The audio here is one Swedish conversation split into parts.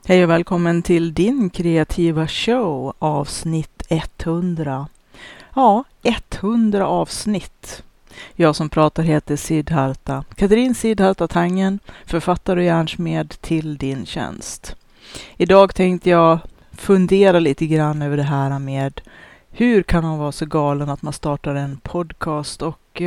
Hej och välkommen till din kreativa show, avsnitt 100. Ja, 100 avsnitt. Jag som pratar heter Siddharta. Katrin Siddharta Tangen, författare och järnsmed till din tjänst. Idag tänkte jag fundera lite grann över det här med hur kan man vara så galen att man startar en podcast, och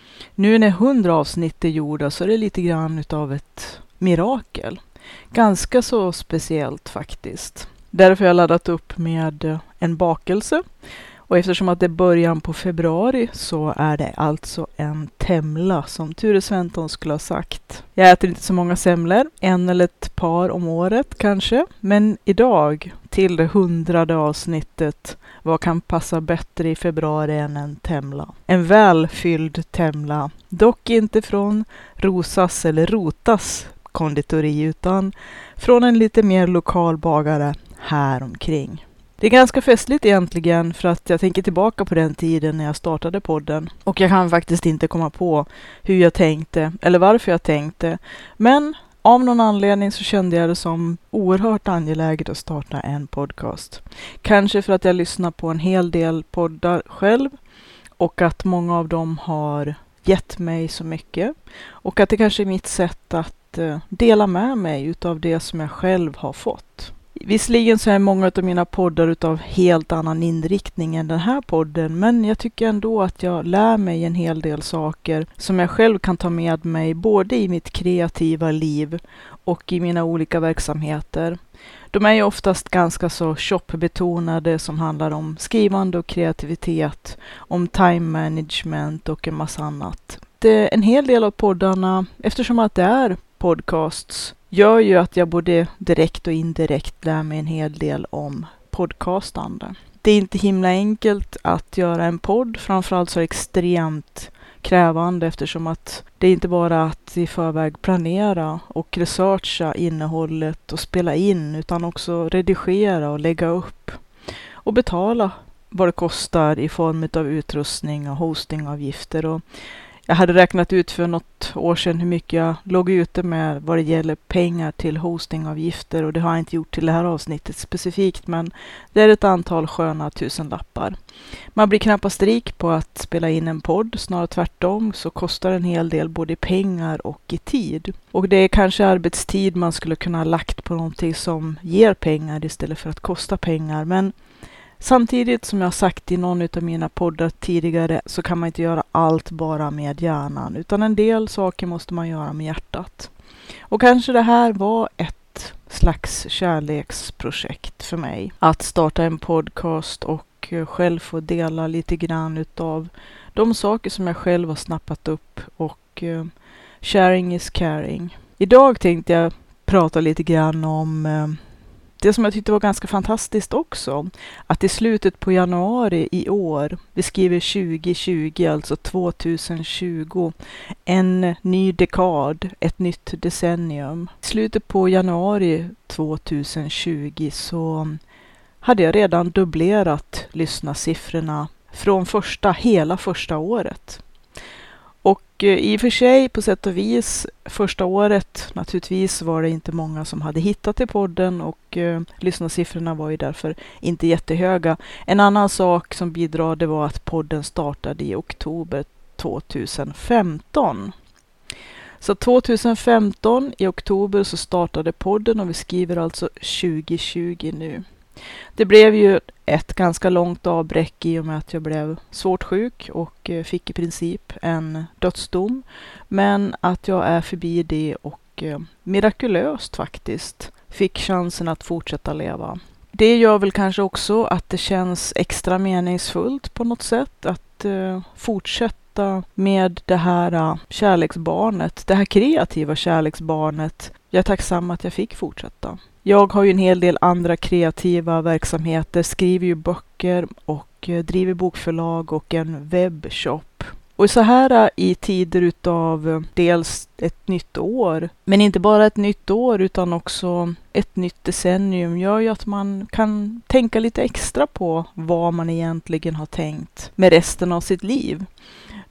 nu när 100 avsnitt är gjorda så är det lite grann utav ett mirakel. Ganska så speciellt faktiskt. Därför har jag laddat upp med en bakelse. Och eftersom att det är början på februari så är det alltså en temla, som Ture Sventon skulle ha sagt. Jag äter inte så många semlor, en eller ett par om året kanske. Men idag, till det 100:e avsnittet, vad kan passa bättre i februari än en temla? En välfylld temla, dock inte från Rosas eller Rotas konditori utan från en lite mer lokal bagare här omkring. Det är ganska festligt egentligen, för att jag tänker tillbaka på den tiden när jag startade podden och jag kan faktiskt inte komma på hur jag tänkte eller varför jag tänkte, men av någon anledning så kände jag det som oerhört angeläget att starta en podcast. Kanske för att jag lyssnar på en hel del poddar själv och att många av dem har gett mig så mycket, och att det kanske är mitt sätt att dela med mig utav det som jag själv har fått. Visserligen så är många av mina poddar utav helt annan inriktning än den här podden, men jag tycker ändå att jag lär mig en hel del saker som jag själv kan ta med mig både i mitt kreativa liv och i mina olika verksamheter. De är ju oftast ganska så shopbetonade, som handlar om skrivande och kreativitet, om time management och en massa annat. En hel del av poddarna, eftersom att det är podcasts, gör ju att jag både direkt och indirekt lär mig en hel del om podcastande. Det är inte himla enkelt att göra en podd, framförallt så är det extremt krävande, eftersom att det är inte bara att i förväg planera och researcha innehållet och spela in, utan också redigera och lägga upp och betala vad det kostar i form av utrustning och hostingavgifter. Och jag hade räknat ut för något år sedan hur mycket jag låg ute med vad det gäller pengar till hostingavgifter, och det har jag inte gjort till det här avsnittet specifikt, men det är ett antal sköna tusenlappar. Man blir knappast rik på att spela in en podd, snarare tvärtom så kostar en hel del både i pengar och i tid. Och det är kanske arbetstid man skulle kunna ha lagt på någonting som ger pengar istället för att kosta pengar, men samtidigt, som jag sagt i någon av mina poddar tidigare, så kan man inte göra allt bara med hjärnan, utan en del saker måste man göra med hjärtat. Och kanske det här var ett slags kärleksprojekt för mig, att starta en podcast och själv få dela lite grann utav de saker som jag själv har snappat upp, och sharing is caring. Idag tänkte jag prata lite grann om det som jag tyckte var ganska fantastiskt också, att i slutet på januari i år, vi skriver 2020, alltså 2020, en ny dekad, ett nytt decennium. I slutet på januari 2020 så hade jag redan dubblerat lyssnarsiffrorna från hela första året. Och i och för sig, på sätt och vis, första året naturligtvis var det inte många som hade hittat till podden, och lyssnarsiffrorna var ju därför inte jättehöga. En annan sak som bidrar, det var att podden startade i oktober 2015. Så 2015 i oktober så startade podden, och vi skriver alltså 2020 nu. Det blev ju ett ganska långt avbräck i och med att jag blev svårt sjuk och fick i princip en dödsdom. Men att jag är förbi det och mirakulöst faktiskt fick chansen att fortsätta leva. Det gör väl kanske också att det känns extra meningsfullt på något sätt att fortsätta med det här kärleksbarnet, det här kreativa kärleksbarnet. Jag är tacksam att jag fick fortsätta. Jag har ju en hel del andra kreativa verksamheter, skriver ju böcker och driver bokförlag och en webbshop. Och så här i tider utav dels ett nytt år, men inte bara ett nytt år utan också ett nytt decennium, gör ju att man kan tänka lite extra på vad man egentligen har tänkt med resten av sitt liv.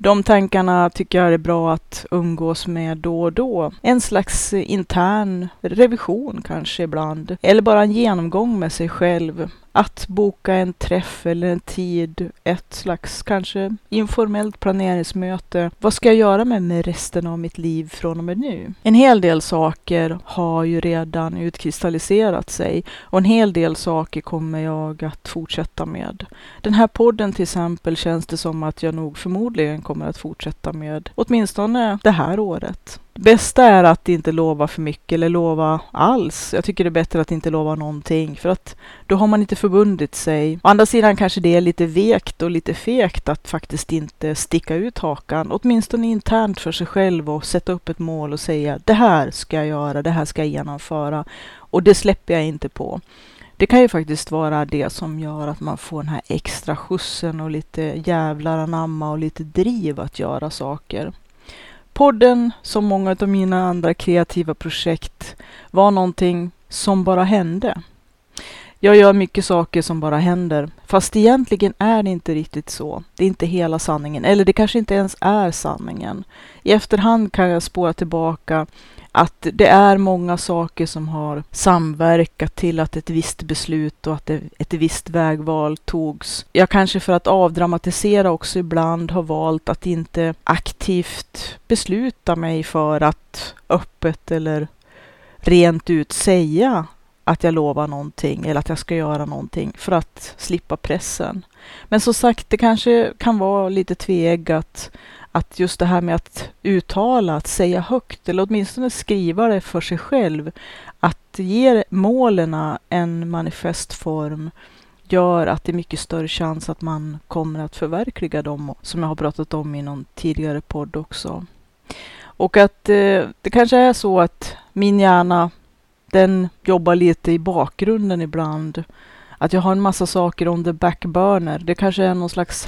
De tankarna tycker jag är bra att umgås med då och då. En slags intern revision kanske ibland. Eller bara en genomgång med sig själv. Att boka en träff eller en tid, ett slags kanske informellt planeringsmöte. Vad ska jag göra med resten av mitt liv från och med nu? En hel del saker har ju redan utkristalliserat sig och en hel del saker kommer jag att fortsätta med. Den här podden till exempel känns det som att jag nog förmodligen kommer att fortsätta med, åtminstone det här året. Det bästa är att inte lova för mycket eller lova alls. Jag tycker det är bättre att inte lova någonting för att då har man inte förbundit sig. Å andra sidan kanske det är lite vekt och lite fegt att faktiskt inte sticka ut hakan, åtminstone internt för sig själv och sätta upp ett mål och säga det här ska jag göra, det här ska jag genomföra och det släpper jag inte på. Det kan ju faktiskt vara det som gör att man får den här extra skjutsen och lite jävlar anamma och lite driv att göra saker. Podden, som många av mina andra kreativa projekt, var någonting som bara hände. Jag gör mycket saker som bara händer, fast egentligen är det inte riktigt så. Det är inte hela sanningen, eller det kanske inte ens är sanningen. I efterhand kan jag spåra tillbaka att det är många saker som har samverkat till att ett visst beslut och att ett visst vägval togs. Jag kanske för att avdramatisera också ibland har valt att inte aktivt besluta mig för att öppet eller rent ut säga att jag lovar någonting eller att jag ska göra någonting för att slippa pressen. Men som sagt, det kanske kan vara lite tveeggat att just det här med att uttala, att säga högt eller åtminstone skriva det för sig själv, att ge målen en manifestform gör att det är mycket större chans att man kommer att förverkliga dem, som jag har pratat om i någon tidigare podd också. Och att det kanske är så att min hjärna, den jobbar lite i bakgrunden ibland. Att jag har en massa saker on the back burner. Det kanske är någon slags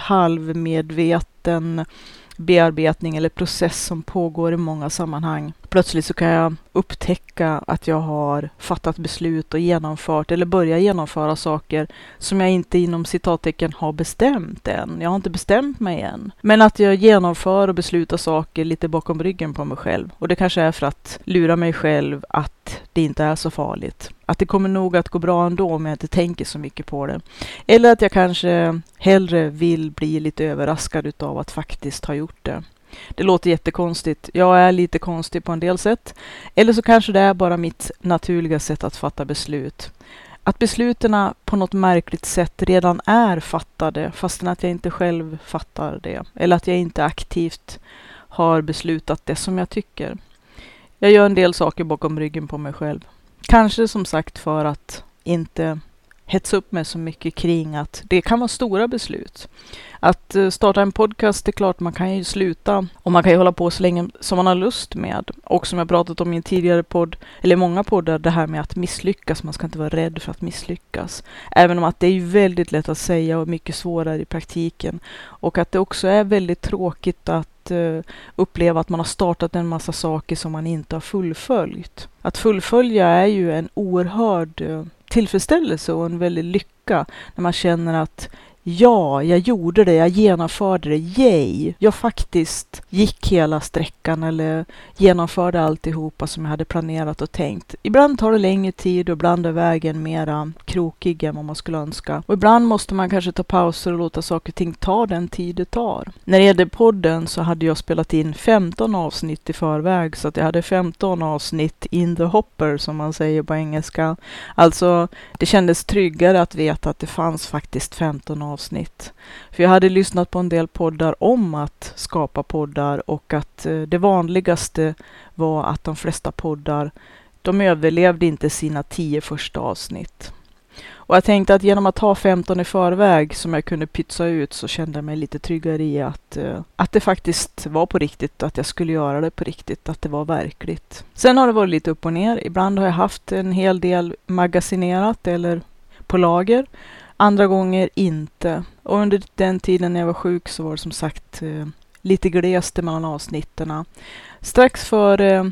halvmedveten bearbetning eller process som pågår i många sammanhang. Plötsligt så kan jag upptäcka att jag har fattat beslut och genomfört eller börjat genomföra saker som jag inte inom citattecken har bestämt än. Jag har inte bestämt mig än. Men att jag genomför och beslutar saker lite bakom ryggen på mig själv. Och det kanske är för att lura mig själv att det inte är så farligt. Att det kommer nog att gå bra ändå om jag inte tänker så mycket på det. Eller att jag kanske hellre vill bli lite överraskad utav att faktiskt ha gjort det. Det låter jättekonstigt. Jag är lite konstig på en del sätt. Eller så kanske det är bara mitt naturliga sätt att fatta beslut. Att besluten på något märkligt sätt redan är fattade fastän att jag inte själv fattar det. Eller att jag inte aktivt har beslutat det som jag tycker. Jag gör en del saker bakom ryggen på mig själv. Kanske som sagt för att inte hetsa upp mig så mycket kring att det kan vara stora beslut. Att starta en podcast, det är klart man kan ju sluta och man kan ju hålla på så länge som man har lust med. Och som jag pratat om i en tidigare podd, eller många poddar, det här med att misslyckas. Man ska inte vara rädd för att misslyckas. Även om att det är ju väldigt lätt att säga och mycket svårare i praktiken. Och att det också är väldigt tråkigt att uppleva att man har startat en massa saker som man inte har fullföljt. Att fullfölja är ju en oerhörd tillfredsställelse och en väldig lycka när man känner att ja, jag gjorde det, jag genomförde det, yay! Jag faktiskt gick hela sträckan eller genomförde alltihopa som jag hade planerat och tänkt. Ibland tar det längre tid och ibland är vägen mera krokig än vad man skulle önska. Och ibland måste man kanske ta pauser och låta saker och ting ta den tid det tar. När det gällde podden så hade jag spelat in 15 avsnitt i förväg så att jag hade 15 avsnitt in the hopper som man säger på engelska. Alltså det kändes tryggare att veta att det fanns faktiskt 15 avsnitt. För jag hade lyssnat på en del poddar om att skapa poddar och att det vanligaste var att de flesta poddar, de överlevde inte sina 10 första avsnitt. Och jag tänkte att genom att ha 15 i förväg som jag kunde pytsa ut så kände jag mig lite tryggare i att det faktiskt var på riktigt, att jag skulle göra det på riktigt, att det var verkligt. Sen har det varit lite upp och ner. Ibland har jag haft en hel del magasinerat eller på lager. Andra gånger inte. Och under den tiden när jag var sjuk så var det som sagt lite glest mellan avsnitterna. Strax för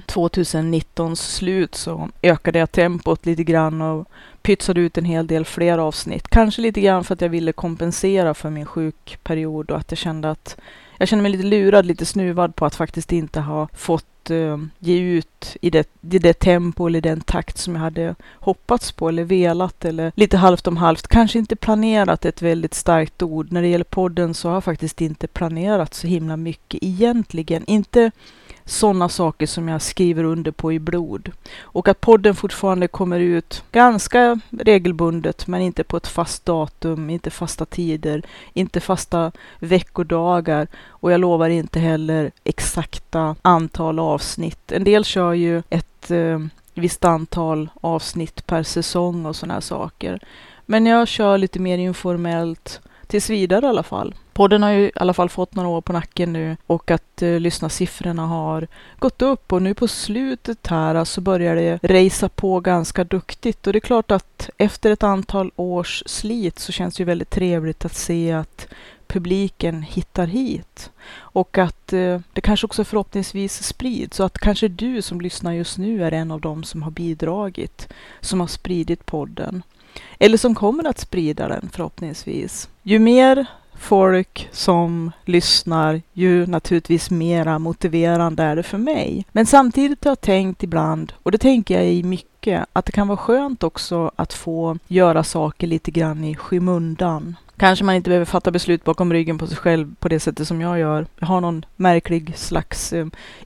2019 slut så ökade jag tempot lite grann och pytsade ut en hel del fler avsnitt. Kanske lite grann för att jag ville kompensera för min sjukperiod och att jag kände att Jag känner mig lite lurad, lite snuvad på att faktiskt inte ha fått ge ut i det tempo eller den takt som jag hade hoppats på eller velat, eller lite halvt om halvt. Kanske inte planerat, ett väldigt starkt ord. När det gäller podden så har jag faktiskt inte planerat så himla mycket egentligen. Inte sådana saker som jag skriver under på i blod. Och att podden fortfarande kommer ut ganska regelbundet, men inte på ett fast datum, inte fasta tider, inte fasta veckodagar, och jag lovar inte heller exakta antal avsnitt. En del kör ju ett visst antal avsnitt per säsong och sådana här saker. Men jag kör lite mer informellt tills vidare i alla fall. Podden har ju i alla fall fått några år på nacken nu, och att lyssnarsiffrorna har gått upp, och nu på slutet här så börjar det racea på ganska duktigt, och det är klart att efter ett antal års slit så känns det ju väldigt trevligt att se att publiken hittar hit, och att det kanske också förhoppningsvis sprids, så att kanske du som lyssnar just nu är en av dem som har bidragit, som har spridit podden, eller som kommer att sprida den förhoppningsvis. Ju mer folk som lyssnar, ju naturligtvis mera motiverande är det för mig. Men samtidigt har jag tänkt ibland, och det tänker jag i mycket, att det kan vara skönt också att få göra saker lite grann i skymundan. Kanske man inte behöver fatta beslut bakom ryggen på sig själv på det sättet som jag gör. Jag har någon märklig slags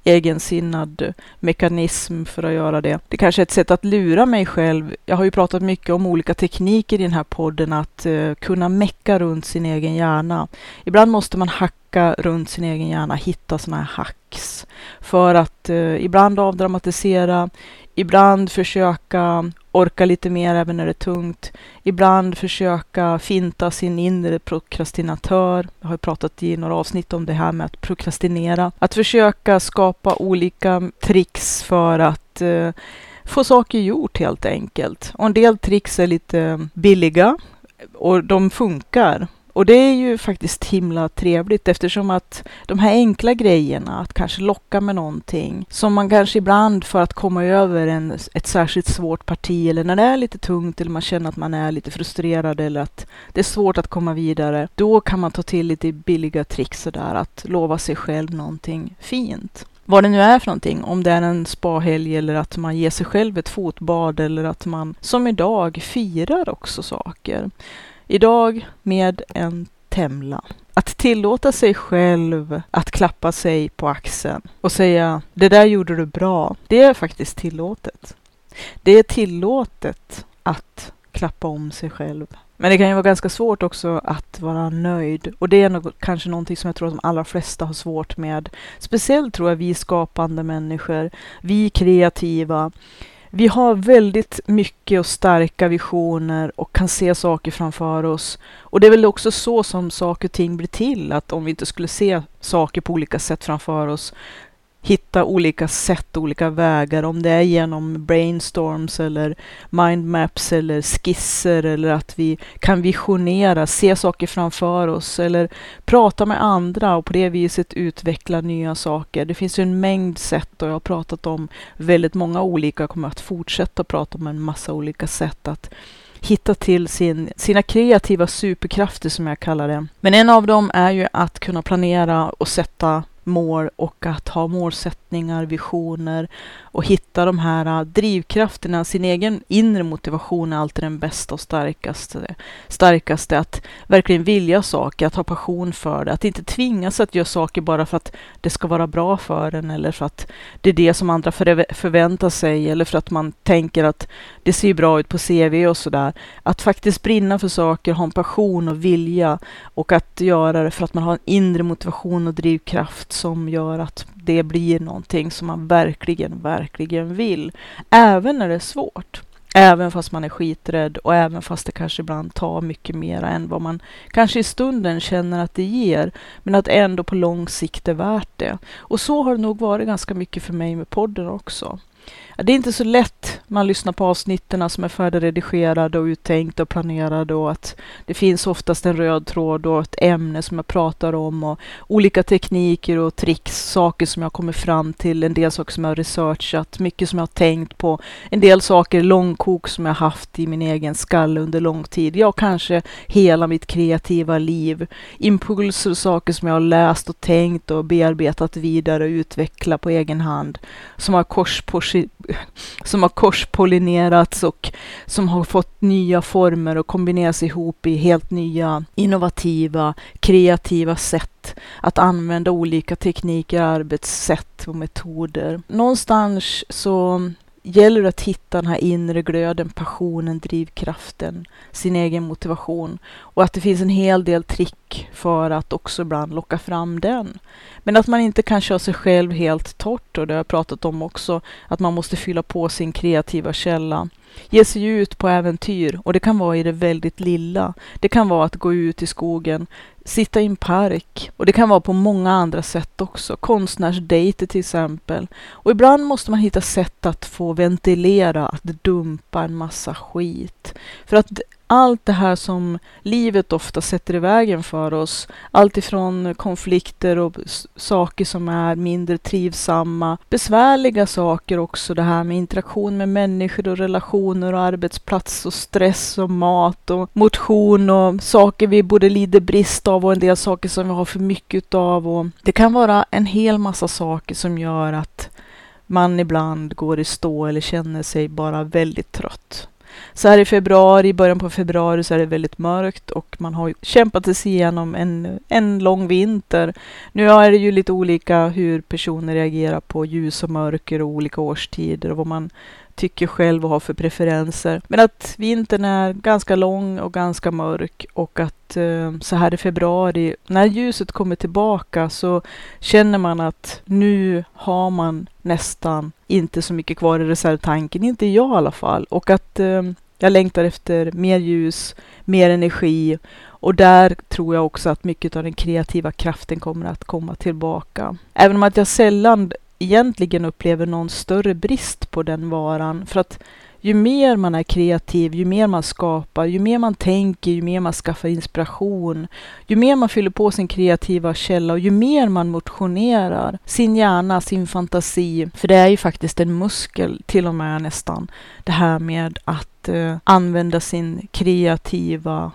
egensinnad mekanism för att göra det. Det kanske är ett sätt att lura mig själv. Jag har ju pratat mycket om olika tekniker i den här podden, att kunna mecka runt sin egen hjärna. Ibland måste man hacka runt sin egen hjärna, hitta såna här hacks. För att ibland avdramatisera, ibland försöka orka lite mer även när det är tungt. Ibland försöka finta sin inre prokrastinatör. Jag har pratat i några avsnitt om det här med att prokrastinera. Att försöka skapa olika tricks för att få saker gjort helt enkelt. Och en del tricks är lite billiga och de funkar. Och det är ju faktiskt himla trevligt, eftersom att de här enkla grejerna, att kanske locka med någonting som man kanske ibland, för att komma över ett särskilt svårt parti, eller när det är lite tungt, eller man känner att man är lite frustrerad, eller att det är svårt att komma vidare, då kan man ta till lite billiga tricks sådär, att lova sig själv någonting fint. Vad det nu är för någonting, om det är en spahelg eller att man ger sig själv ett fotbad, eller att man som idag firar också saker. Idag med en temla. Att tillåta sig själv att klappa sig på axeln och säga, det där gjorde du bra. Det är faktiskt tillåtet. Det är tillåtet att klappa om sig själv. Men det kan ju vara ganska svårt också att vara nöjd. Och det är nog kanske någonting som jag tror att de allra flesta har svårt med. Speciellt tror jag vi skapande människor, vi kreativa. Vi har väldigt mycket och starka visioner och kan se saker framför oss. Och det är väl också så som saker och ting blir till. Att om vi inte skulle se saker på olika sätt framför oss, hitta olika sätt, olika vägar, om det är genom brainstorms eller mindmaps eller skisser, eller att vi kan visionera, se saker framför oss eller prata med andra och på det viset utveckla nya saker. Det finns ju en mängd sätt, och jag har pratat om väldigt många olika, jag kommer att fortsätta prata om en massa olika sätt att hitta till sina kreativa superkrafter, som jag kallar det. Men en av dem är ju att kunna planera och sätta mål, och att ha målsättningar, visioner, och hitta de här drivkrafterna. Sin egen inre motivation är alltid den bästa och starkaste. Att verkligen vilja saker, att ha passion för det, att inte tvingas att göra saker bara för att det ska vara bra för en, eller för att det är det som andra förväntar sig, eller för att man tänker att det ser bra ut på CV och sådär. Att faktiskt brinna för saker, ha en passion och vilja, och att göra det för att man har en inre motivation och drivkraft som gör att det blir någonting som man verkligen vill. Även när det är svårt. Även fast man är skiträdd, och även fast det kanske ibland tar mycket mer än vad man kanske i stunden känner att det ger. Men att ändå på lång sikt är värt det. Och så har det nog varit ganska mycket för mig med podden också. det är inte så lätt. Man lyssnar på avsnitten som är färdigredigerade och uttänkt och planerade, och att det finns oftast en röd tråd och ett ämne som jag pratar om och olika tekniker och tricks, saker som jag kommer fram till, en del saker som jag har researchat, mycket som jag har tänkt på, en del saker långkok som jag haft i min egen skalle under lång tid. Ja, kanske hela mitt kreativa liv. Impulser och saker som jag har läst och tänkt och bearbetat vidare och utvecklat på egen hand, som har korspollinerats och som har fått nya former och kombineras ihop i helt nya, innovativa, kreativa sätt att använda olika tekniker, arbetssätt och metoder. Någonstans så gäller det att hitta den här inre glöden, passionen, drivkraften, sin egen motivation, och att det finns en hel del trick för att också ibland locka fram den. Men att man inte kan köra sig själv helt torrt, och det har jag pratat om också, att man måste fylla på sin kreativa källa. Ge sig ut på äventyr, och det kan vara i det väldigt lilla. Det kan vara att gå ut i skogen, sitta i en park, och det kan vara på många andra sätt också. Konstnärsdejter till exempel. Och ibland måste man hitta sätt att få ventilera, att dumpa en massa skit. För att allt det här som livet ofta sätter i vägen för oss, allt ifrån konflikter och saker som är mindre trivsamma, besvärliga saker också, det här med interaktion med människor och relationer och arbetsplats och stress och mat och motion och saker vi både lider brist av och en del saker som vi har för mycket av. Och det kan vara en hel massa saker som gör att man ibland går i stå eller känner sig bara väldigt trött. Så här i februari, i början på februari, så är det väldigt mörkt och man har kämpat sig igenom en lång vinter. Nu är det ju lite olika hur personer reagerar på ljus och mörker och olika årstider och vad man tycker själv och har för preferenser. Men att vintern är ganska lång och ganska mörk, och att så här i februari, när ljuset kommer tillbaka, så känner man att nu har man nästan inte så mycket kvar i reservtanken, inte jag i alla fall. Och att jag längtar efter mer ljus, mer energi, och där tror jag också att mycket av den kreativa kraften kommer att komma tillbaka. Även om att jag sällan egentligen upplever någon större brist på den varan, för att ju mer man är kreativ, ju mer man skapar, ju mer man tänker, ju mer man skaffar inspiration, ju mer man fyller på sin kreativa källa och ju mer man motionerar sin hjärna, sin fantasi, för det är ju faktiskt en muskel till och med nästan, det här med att använda sin kreativa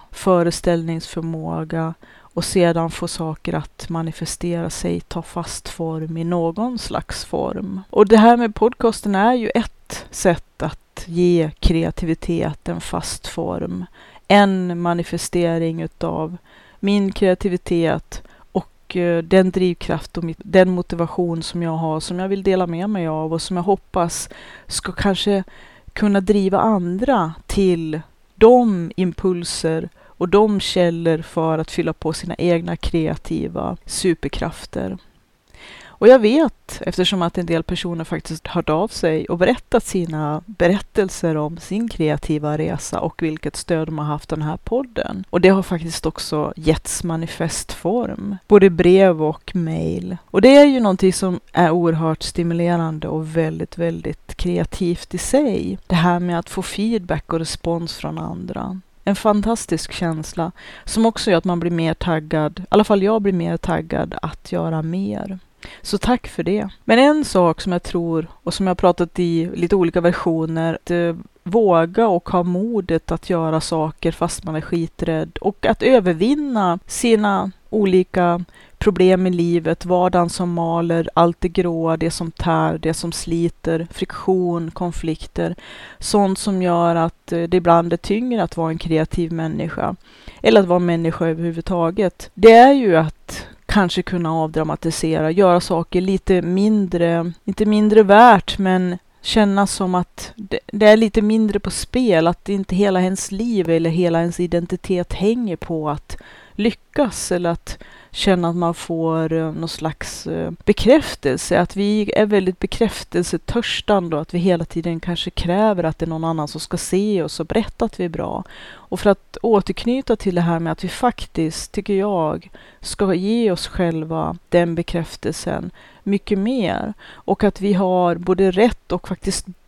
föreställningsförmåga och sedan få saker att manifestera sig, ta fast form i någon slags form. Och det här med podcasten är ju ett sätt att ge kreativitet en fast form. En manifestering utav min kreativitet och den drivkraft och den motivation som jag har, som jag vill dela med mig av och som jag hoppas ska kanske kunna driva andra till de impulser och de källor för att fylla på sina egna kreativa superkrafter. Och jag vet, eftersom att en del personer faktiskt hört av sig och berättat sina berättelser om sin kreativa resa och vilket stöd de har haft av den här podden. Och det har faktiskt också getts manifestform, både brev och mejl. Och det är ju någonting som är oerhört stimulerande och väldigt, väldigt kreativt i sig. Det här med att få feedback och respons från andra. En fantastisk känsla som också gör att man blir mer taggad, i alla fall jag blir mer taggad att göra mer. Så tack för det. Men en sak som jag tror, och som jag har pratat i lite olika versioner, att våga och ha modet att göra saker fast man är skiträdd, och att övervinna sina olika problem i livet, vardagen som maler, allt det gråa, det som tär, det som sliter, friktion, konflikter, sånt som gör att det ibland är tyngre att vara en kreativ människa, eller att vara människa överhuvudtaget. Det är ju att kanske kunna avdramatisera, göra saker lite mindre, inte mindre värt, men känna som att det är lite mindre på spel, att inte hela ens liv eller hela ens identitet hänger på att lyckas, eller att känna att man får någon slags bekräftelse, att vi är väldigt bekräftelsetörstande och att vi hela tiden kanske kräver att det är någon annan som ska se oss och berätta att vi är bra. Och för att återknyta till det här med att vi faktiskt, tycker jag, ska ge oss själva den bekräftelsen mycket mer, och att vi har både rätt och faktiskt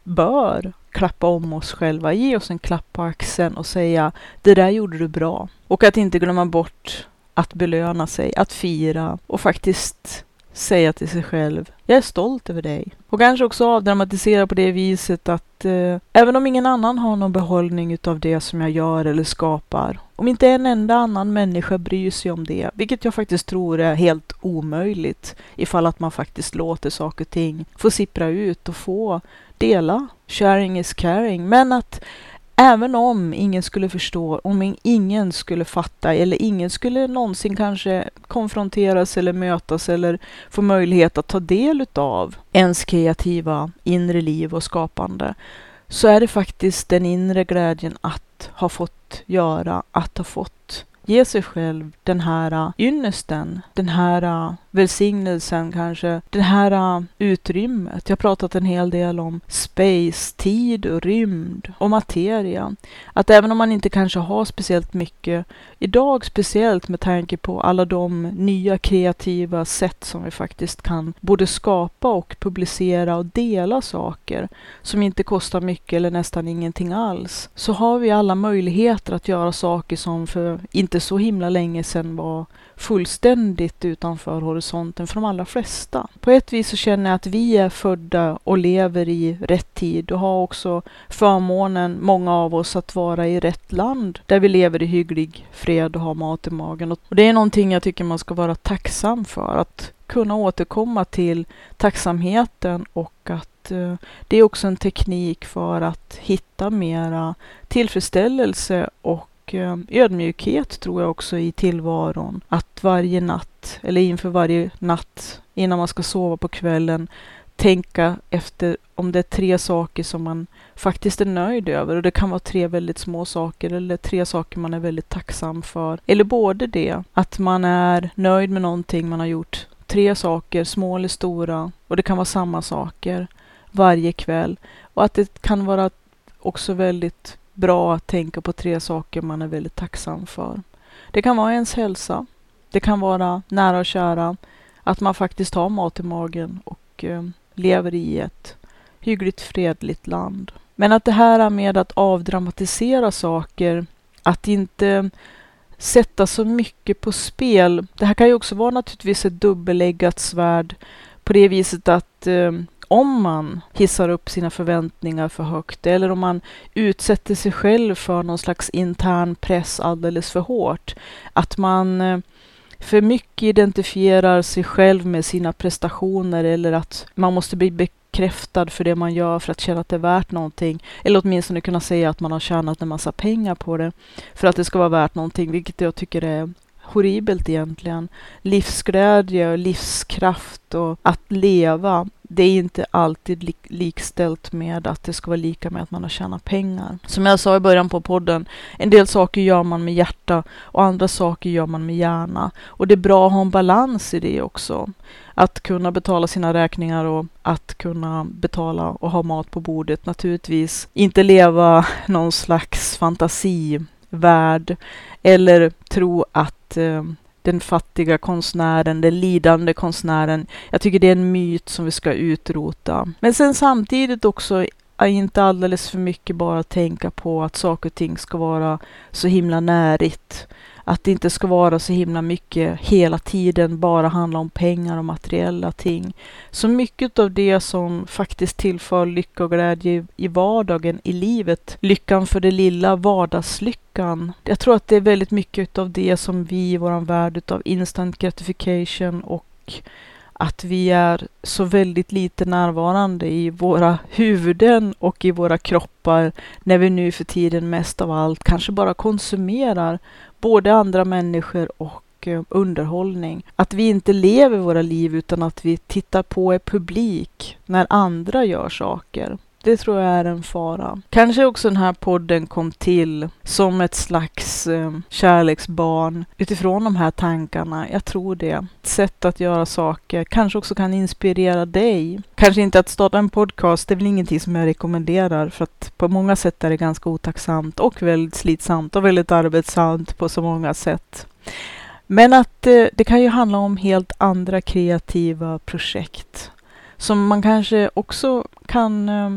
bör klappa om oss själva, ge oss en klapp på axeln och säga det där gjorde du bra. Och att inte glömma bort att belöna sig, att fira och faktiskt säga till sig själv, jag är stolt över dig. Och kanske också avdramatisera på det viset att även om ingen annan har någon behållning utav det som jag gör eller skapar, om inte en enda annan människa bryr sig om det, vilket jag faktiskt tror är helt omöjligt ifall att man faktiskt låter saker och ting få sippra ut och få dela. Sharing is caring. Men att även om ingen skulle förstå, om ingen skulle fatta eller ingen skulle någonsin kanske konfronteras eller mötas eller få möjlighet att ta del av ens kreativa inre liv och skapande, så är det faktiskt den inre glädjen att ha fått göra, att ha fått ge sig själv den här ynnesten, den här välsignelsen kanske, det här utrymmet. Jag har pratat en hel del om space, tid och rymd och materia. Att även om man inte kanske har speciellt mycket idag, speciellt med tanke på alla de nya kreativa sätt som vi faktiskt kan både skapa och publicera och dela saker som inte kostar mycket eller nästan ingenting alls, så har vi alla möjligheter att göra saker som för inte så himla länge sedan var fullständigt utanför horisonten för de allra flesta. På ett vis så känner jag att vi är födda och lever i rätt tid och har också förmånen, många av oss, att vara i rätt land där vi lever i hygglig fred och har mat i magen. Och det är någonting jag tycker man ska vara tacksam för, att kunna återkomma till tacksamheten, och att det är också en teknik för att hitta mera tillfredsställelse och ödmjukhet, tror jag också, i tillvaron. Att varje natt, eller inför varje natt innan man ska sova på kvällen, tänka efter om det är 3 saker som man faktiskt är nöjd över. Och det kan vara 3 väldigt små saker eller 3 saker man är väldigt tacksam för. Eller både det, att man är nöjd med någonting man har gjort. 3 saker, små eller stora. Och det kan vara samma saker varje kväll. Och att det kan vara också väldigt bra att tänka på 3 saker man är väldigt tacksam för. Det kan vara ens hälsa. Det kan vara nära och kära. Att man faktiskt har mat i magen och lever i ett hyggligt fredligt land. Men att det här med att avdramatisera saker, att inte sätta så mycket på spel. Det här kan ju också vara naturligtvis ett dubbeleggat svärd på det viset att om man hissar upp sina förväntningar för högt eller om man utsätter sig själv för någon slags intern press alldeles för hårt, att man för mycket identifierar sig själv med sina prestationer eller att man måste bli bekräftad för det man gör för att känna att det är värt någonting, eller åtminstone kunna säga att man har tjänat en massa pengar på det för att det ska vara värt någonting, vilket jag tycker är horribelt egentligen. Livsglädje och livskraft och att leva, det är inte alltid likställt med att det ska vara lika med att man har tjänat pengar. Som jag sa i början på podden, en del saker gör man med hjärta och andra saker gör man med hjärna. Och det är bra att ha en balans i det också. Att kunna betala sina räkningar och att kunna betala och ha mat på bordet. Naturligtvis inte leva någon slags fantasivärld eller tro att den fattiga konstnären, den lidande konstnären, jag tycker det är en myt som vi ska utrota. Men sen samtidigt också inte alldeles för mycket bara tänka på att saker och ting ska vara så himla närigt. Att det inte ska vara så himla mycket hela tiden bara handla om pengar och materiella ting. Så mycket av det som faktiskt tillför lycka och glädje i vardagen, i livet, lyckan för det lilla, vardagslyckan. Jag tror att det är väldigt mycket av det som vi i vår värld utav instant gratification och att vi är så väldigt lite närvarande i våra huvuden och i våra kroppar när vi nu för tiden mest av allt kanske bara konsumerar både andra människor och underhållning. Att vi inte lever våra liv utan att vi tittar på publik när andra gör saker. Det tror jag är en fara. Kanske också den här podden kom till som ett slags kärleksbarn utifrån de här tankarna. Jag tror det. Ett sätt att göra saker kanske också kan inspirera dig. Kanske inte att starta en podcast, det är väl ingenting som jag rekommenderar för att på många sätt är det ganska otacksamt och väldigt slitsamt och väldigt arbetsamt på så många sätt. Men att det kan ju handla om helt andra kreativa projekt som man kanske också kan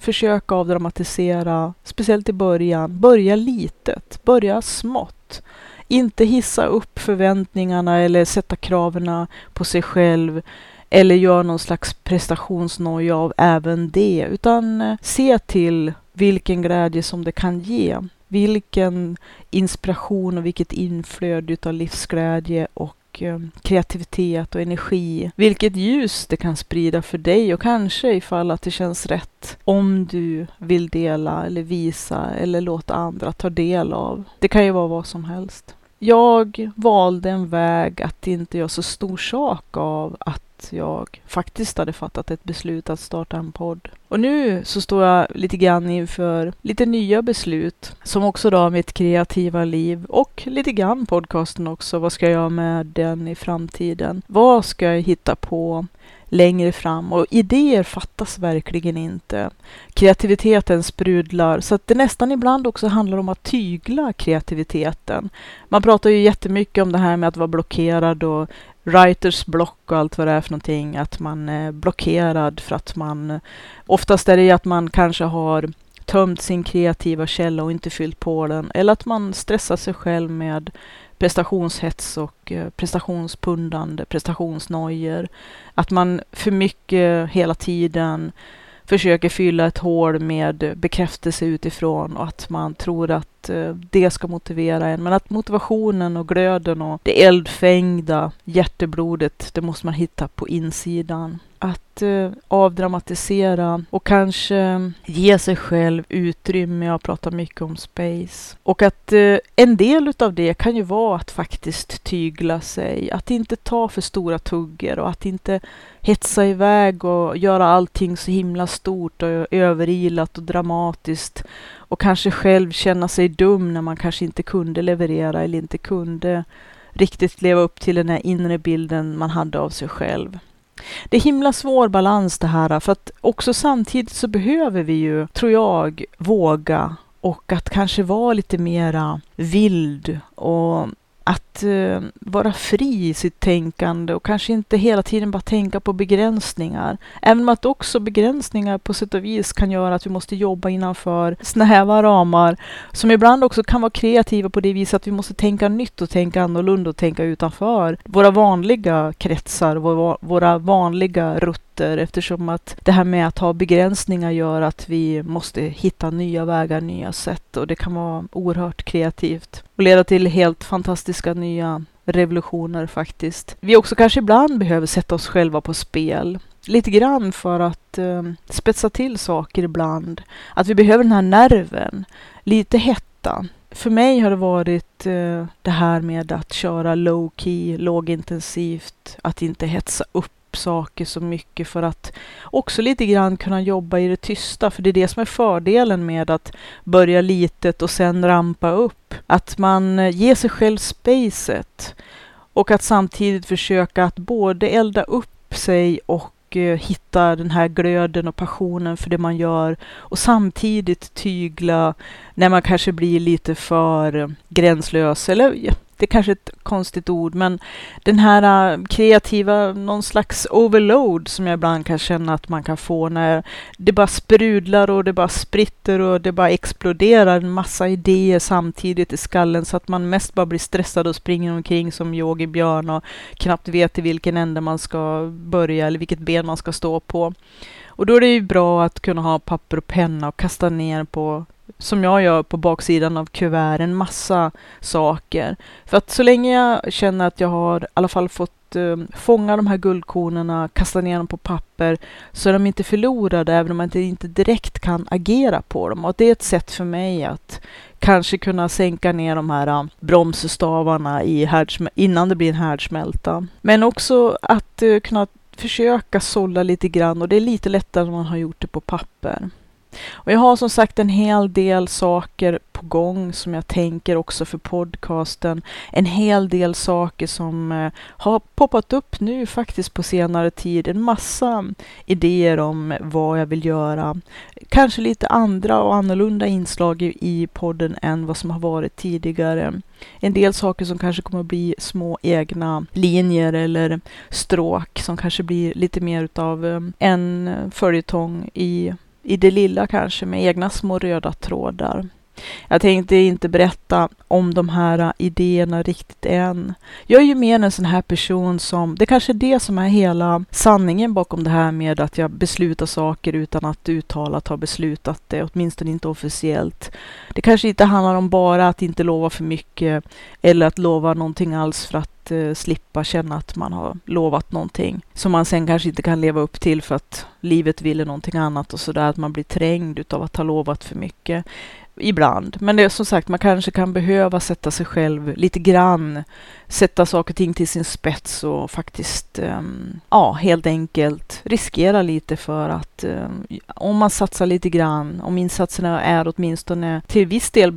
försök avdramatisera, speciellt i början. Börja litet, börja smått. Inte hissa upp förväntningarna eller sätta kraven på sig själv eller göra någon slags prestationsnoja av även det, utan se till vilken glädje som det kan ge. Vilken inspiration och vilket inflöde av livsglädje och kreativitet och energi. Vilket ljus det kan sprida för dig och kanske ifall att det känns rätt om du vill dela eller visa eller låta andra ta del av. Det kan ju vara vad som helst. Jag valde en väg att inte göra så stor sak av att jag faktiskt hade fattat ett beslut att starta en podd. Och nu så står jag lite grann inför lite nya beslut som också rör mitt kreativa liv och lite grann podcasten också. Vad ska jag göra med den i framtiden? Vad ska jag hitta på längre fram? Och idéer fattas verkligen inte. Kreativiteten sprudlar så att det nästan ibland också handlar om att tygla kreativiteten. Man pratar ju jättemycket om det här med att vara blockerad och writers block och allt vad det är för någonting. Att man är blockerad för att man oftast är det att man kanske har tömt sin kreativa källa och inte fyllt på den. Eller att man stressar sig själv med prestationshets och prestationspundande, prestationsnojer. Att man för mycket hela tiden försöker fylla ett hål med bekräftelse utifrån och att man tror att det ska motivera en. Men att motivationen och glöden och det eldfängda hjärteblodet, det måste man hitta på insidan. Att avdramatisera och kanske ge sig själv utrymme. Jag pratar mycket om space. Och att en del utav det kan ju vara att faktiskt tygla sig. Att inte ta för stora tuggar och att inte hetsa iväg och göra allting så himla stort och överilat och dramatiskt. Och kanske själv känna sig dum när man kanske inte kunde leverera eller inte kunde riktigt leva upp till den här inre bilden man hade av sig själv. Det är himla svår balans det här, för att också samtidigt så behöver vi ju, tror jag, våga och att kanske vara lite mera vild och att vara fri i sitt tänkande och kanske inte hela tiden bara tänka på begränsningar. Även om att också begränsningar på sätt och vis kan göra att vi måste jobba innanför snäva ramar som ibland också kan vara kreativa på det viset att vi måste tänka nytt och tänka annorlunda och tänka utanför våra vanliga kretsar, våra vanliga rutter, eftersom att det här med att ha begränsningar gör att vi måste hitta nya vägar, nya sätt och det kan vara oerhört kreativt och leda till helt fantastiska nya revolutioner faktiskt. Vi också kanske ibland behöver sätta oss själva på spel. Lite grann för att spetsa till saker ibland. Att vi behöver den här nerven. Lite hetta. För mig har det varit det här med att köra low key, lågintensivt. Att inte hetsa upp saker så mycket för att också lite grann kunna jobba i det tysta, för det är det som är fördelen med att börja litet och sen rampa upp. Att man ger sig själv spacet och att samtidigt försöka att både elda upp sig och hitta den här glöden och passionen för det man gör och samtidigt tygla när man kanske blir lite för gränslös eller det är kanske ett konstigt ord, men den här kreativa, någon slags overload som jag ibland kan känna att man kan få när det bara sprudlar och det bara spritter och det bara exploderar en massa idéer samtidigt i skallen så att man mest bara blir stressad och springer omkring som yogibjörn och knappt vet i vilken ände man ska börja eller vilket ben man ska stå på. Och då är det ju bra att kunna ha papper och penna och kasta ner på, som jag gör på baksidan av kuvert, en massa saker. För att så länge jag känner att jag har i alla fall fått fånga de här guldkornen, kasta ner dem på papper, så är de inte förlorade även om man inte direkt kan agera på dem. Och det är ett sätt för mig att kanske kunna sänka ner de här bromsstavarna innan det blir en härdsmälta. Men också att kunna försöka sålla lite grann, och det är lite lättare när man har gjort det på papper. Och jag har som sagt en hel del saker på gång som jag tänker också för podcasten. En hel del saker som har poppat upp nu faktiskt på senare tid. En massa idéer om vad jag vill göra. Kanske lite andra och annorlunda inslag i podden än vad som har varit tidigare. En del saker som kanske kommer att bli små egna linjer eller stråk som kanske blir lite mer utav en följetong i i det lilla kanske med egna små röda trådar. Jag tänkte inte berätta om de här idéerna riktigt än. Jag är ju mer en sån här person som, det kanske är det som är hela sanningen bakom det här med att jag beslutar saker utan att uttalat ha beslutat det, åtminstone inte officiellt. Det kanske inte handlar om bara att inte lova för mycket eller att lova någonting alls för att slippa känna att man har lovat någonting som man sen kanske inte kan leva upp till för att livet ville någonting annat och sådär, att man blir trängd utav att ha lovat för mycket. Ibland. Men det är som sagt, man kanske kan behöva sätta sig själv lite grann, sätta saker och ting till sin spets och faktiskt helt enkelt riskera lite för att om man satsar lite grann, om insatserna är åtminstone till viss del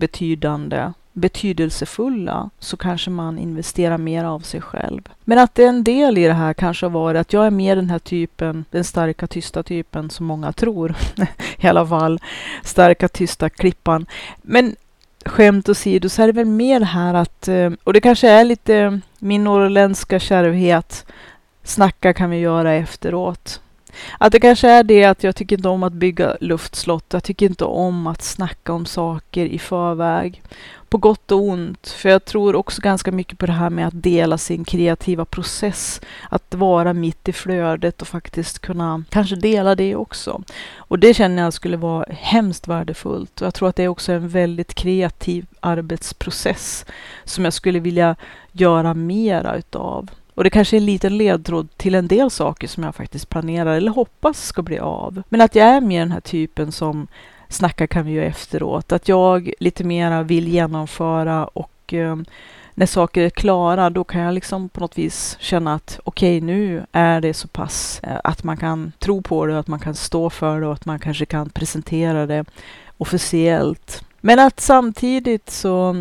betydelsefulla, så kanske man investerar mer av sig själv. Men att en del i det här kanske har varit att jag är mer den här typen, den starka tysta typen som många tror. I alla fall starka tysta klippan. Men skämt åsido så är det väl mer här att, och det kanske är lite min norrländska kärvhet, snacka kan vi göra efteråt. Att det kanske är det att jag tycker inte om att bygga luftslott. Jag tycker inte om att snacka om saker i förväg. På gott och ont. För jag tror också ganska mycket på det här med att dela sin kreativa process. Att vara mitt i flödet och faktiskt kunna kanske dela det också. Och det känner jag skulle vara hemskt värdefullt. Och jag tror att det är också en väldigt kreativ arbetsprocess som jag skulle vilja göra mera utav. Och det kanske är en liten ledtråd till en del saker som jag faktiskt planerar eller hoppas ska bli av. Men att jag är mer den här typen som snackar kan vi ju efteråt. Att jag lite mera vill genomföra och när saker är klara då kan jag liksom på något vis känna att okej, nu är det så pass att man kan tro på det, att man kan stå för det och att man kanske kan presentera det officiellt. Men att samtidigt så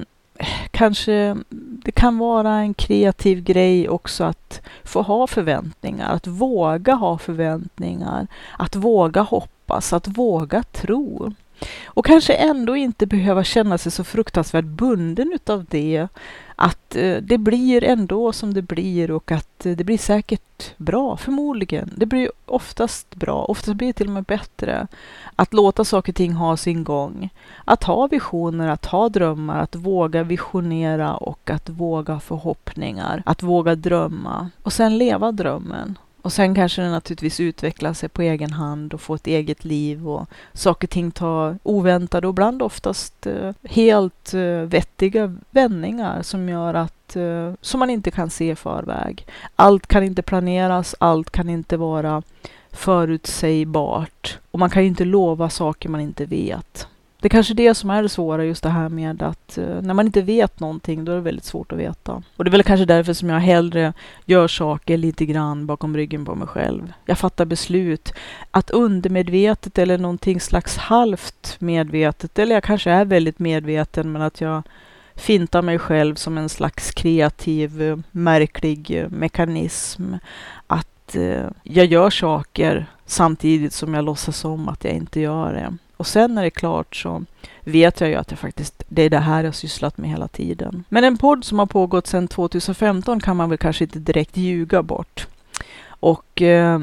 kanske det kan vara en kreativ grej också att få ha förväntningar, att våga ha förväntningar, att våga hoppas, att våga tro. Och kanske ändå inte behöva känna sig så fruktansvärt bunden utav det. Att det blir ändå som det blir och att det blir säkert bra, förmodligen. Det blir oftast bra, oftast blir det till och med bättre. Att låta saker och ting ha sin gång. Att ha visioner, att ha drömmar, att våga visionera och att våga förhoppningar. Att våga drömma och sen leva drömmen. Och sen kanske det naturligtvis utvecklar sig på egen hand och få ett eget liv och saker och ting tar oväntade och ibland oftast helt vettiga vändningar som gör att som man inte kan se i förväg. Allt kan inte planeras, allt kan inte vara förutsägbart och man kan ju inte lova saker man inte vet. Det är kanske det som är det svåra, just det här med att när man inte vet någonting, då är det väldigt svårt att veta. Och det är väl kanske därför som jag hellre gör saker lite grann bakom ryggen på mig själv. Jag fattar beslut att undermedvetet eller någonting slags halvt medvetet, eller jag kanske är väldigt medveten, men att jag fintar mig själv som en slags kreativ, märklig mekanism. Att jag gör saker samtidigt som jag låtsas om att jag inte gör det. Och sen när det är klart så vet jag ju att det är det här jag sysslat med hela tiden. Men en podd som har pågått sedan 2015 kan man väl kanske inte direkt ljuga bort. Och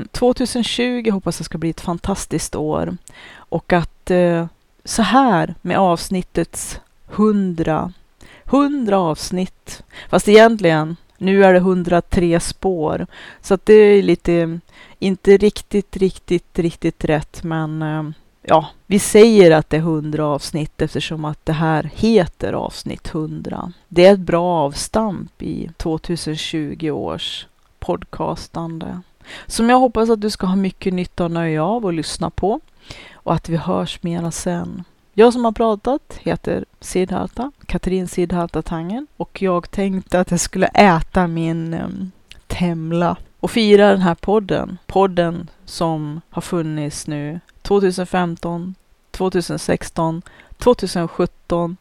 2020 hoppas jag ska bli ett fantastiskt år. Och att så här med avsnittets 100 avsnitt. Fast egentligen, nu är det 103 spår. Så att det är lite, inte riktigt rätt, men ja, vi säger att det är 100 avsnitt eftersom att det här heter avsnitt 100. Det är ett bra avstamp i 2020 års podcastande. Som jag hoppas att du ska ha mycket nytta och nöje av och lyssna på. Och att vi hörs mera sen. Jag som har pratat heter Siddharta, Katrin Siddharta Tangen. Och jag tänkte att jag skulle äta min temla och fira den här podden. Podden som har funnits nu 2015, 2016, 2017,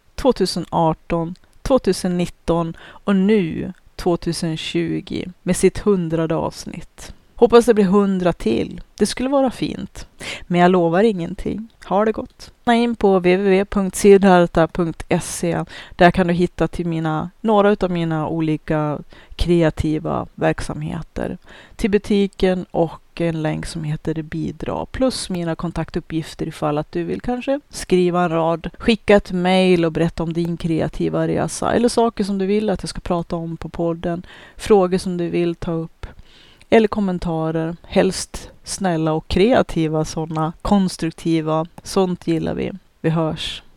2018, 2019 och nu 2020 med sitt 100:e avsnitt. Hoppas det blir 100 till. Det skulle vara fint. Men jag lovar ingenting. Ha det gott. Gå in på www.siddharta.se. Där kan du hitta till några av mina olika kreativa verksamheter. Till butiken och en länk som heter bidra. Plus mina kontaktuppgifter ifall att du vill kanske skriva en rad. Skicka ett mejl och berätta om din kreativa resa. Eller saker som du vill att jag ska prata om på podden. Frågor som du vill ta upp. Eller kommentarer, helst snälla och kreativa sådana, konstruktiva, sånt gillar vi. Vi hörs.